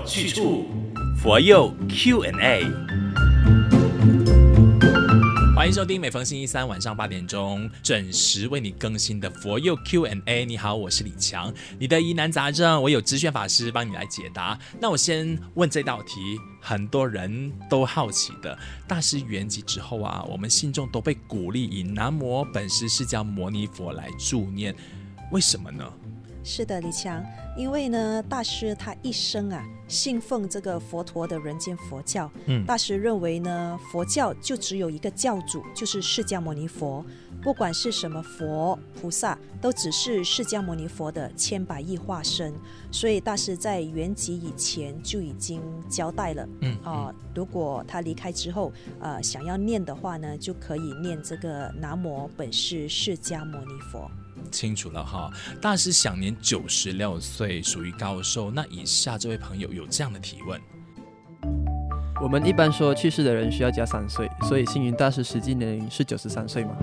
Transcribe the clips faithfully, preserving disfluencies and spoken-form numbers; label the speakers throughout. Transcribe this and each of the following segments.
Speaker 1: 有去处，佛佑 Q and A。欢迎收听每逢星期三晚上八点钟准时为你更新的佛佑 Q and A。 你好，我是李强，你的疑难杂症我有知炫法师帮你来解答。那我先问这道题，很多人都好奇的，大师圆寂之后啊，我们信众都被鼓励以南无本师释迦牟尼佛来助念，为什么呢？
Speaker 2: 是的，李强，因为呢，大师他一生啊信奉这个佛陀的人间佛教。嗯，大师认为呢，佛教就只有一个教主，就是释迦牟尼佛，不管是什么佛菩萨，都只是释迦牟尼佛的千百亿化身。所以大师在圆寂以前就已经交代了，嗯，呃、如果他离开之后，呃，想要念的话呢，就可以念这个南无本师释迦牟尼佛。
Speaker 1: 清楚了哈，大师享年九十六岁，属于高寿。那以下这位朋友有这样的提问：
Speaker 3: 我们一般说去世的人需要加三岁，所以星云大师实际年龄是九十三岁吗？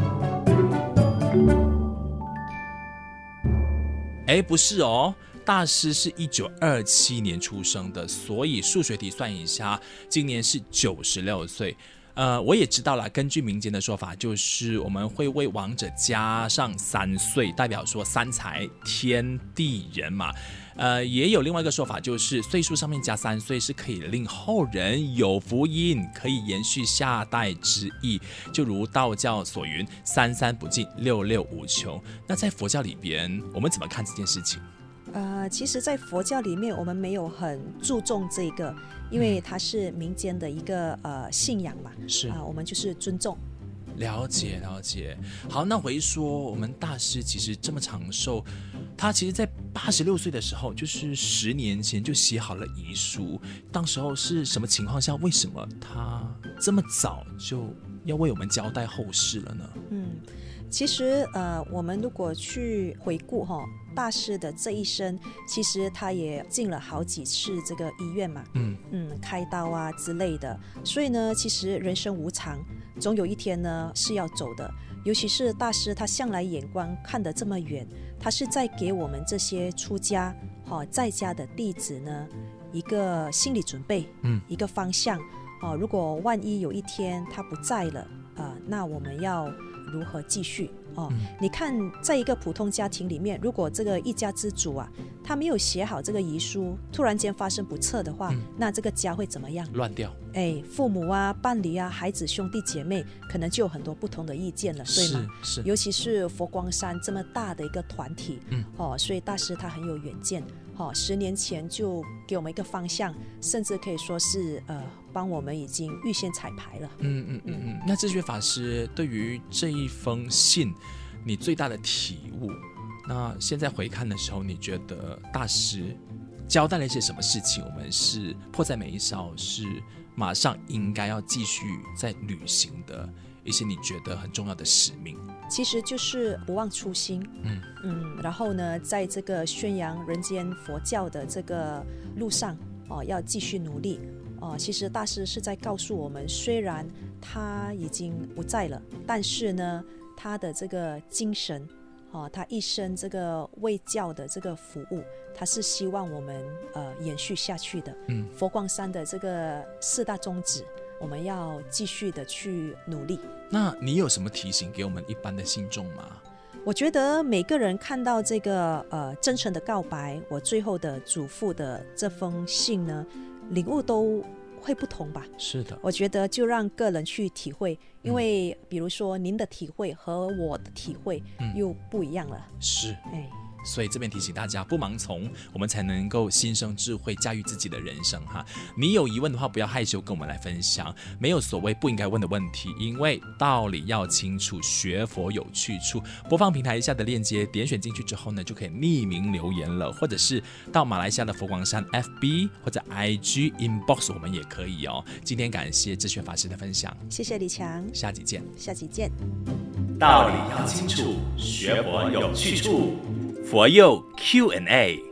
Speaker 1: 哎，不是哦，大师是一九二七年出生的，所以数学题算一下，今年是九十六岁。呃，我也知道了，根据民间的说法，就是我们会为亡者加上三岁，代表说三才天地人嘛。呃，也有另外一个说法，就是岁数上面加三岁是可以令后人有福音，可以延续下代之意。就如道教所云，三三不尽，六六无穷。那在佛教里边，我们怎么看这件事情？
Speaker 2: 呃，其实在佛教里面我们没有很注重这个，因为它是民间的一个呃信仰嘛，是啊、呃，我们就是尊重。
Speaker 1: 了解了解。好，那回说我们大师其实这么长寿，他其实在八十六岁的时候，就是十年前就写好了遗书。当时候是什么情况下？为什么他这么早就要为我们交代后事了呢？
Speaker 2: 嗯，其实呃，我们如果去回顾哈、哦，大师的这一生，其实他也进了好几次这个医院嘛，嗯嗯，开刀啊之类的。所以呢，其实人生无常，总有一天呢是要走的。尤其是大师，他向来眼光看得这么远，他是在给我们这些出家、哦、在家的弟子呢一个心理准备，嗯，一个方向。哦，如果万一有一天他不在了，呃，那我们要如何继续？哦，嗯、你看，在一个普通家庭里面，如果这个一家之主啊，他没有写好这个遗书，突然间发生不测的话，嗯、那这个家会怎么样？
Speaker 1: 乱掉。
Speaker 2: 哎，父母啊、伴侣啊、孩子、兄弟姐妹，可能就有很多不同的意见了，对吗？是是。尤其是佛光山这么大的一个团体，嗯，哦，所以大师他很有远见。哦，十年前就给我们一个方向，甚至可以说是呃，帮我们已经预先彩排了。
Speaker 1: 嗯嗯嗯嗯。那智觉法师对于这一封信，你最大的体悟，那现在回看的时候，你觉得大师交代了一些什么事情？我们是迫在眉梢，是马上应该要继续在履行的一些你觉得很重要的使命？
Speaker 2: 其实就是不忘初心，嗯嗯，然后呢，在这个宣扬人间佛教的这个路上，哦，要继续努力。哦，其实大师是在告诉我们，虽然他已经不在了，但是呢，他的这个精神，哦，他一生这个为教的这个服务，他是希望我们呃延续下去的。嗯，佛光山的这个四大宗旨，我们要继续的去努力。
Speaker 1: 那你有什么提醒给我们一般的信众吗？
Speaker 2: 我觉得每个人看到这个呃真诚的告白，我最后的嘱咐的这封信呢，领悟都会不同吧。
Speaker 1: 是的，
Speaker 2: 我觉得就让个人去体会，因为比如说您的体会和我的体会又不一样了。
Speaker 1: 嗯、是，哎。所以这边提醒大家，不盲从，我们才能够心生智慧，驾驭自己的人生哈。你有疑问的话，不要害羞，跟我们来分享。没有所谓不应该问的问题，因为道理要清楚，学佛有去处。播放平台下的链接，点选进去之后呢，就可以匿名留言了，或者是到马来西亚的佛光山 F B 或者 I G inbox 我们也可以哦。今天感谢智炫法师的分享，
Speaker 2: 谢谢李强，
Speaker 1: 下集见，
Speaker 2: 下集见。
Speaker 1: 道理要清楚，学佛有去处。佛佑 Q and A。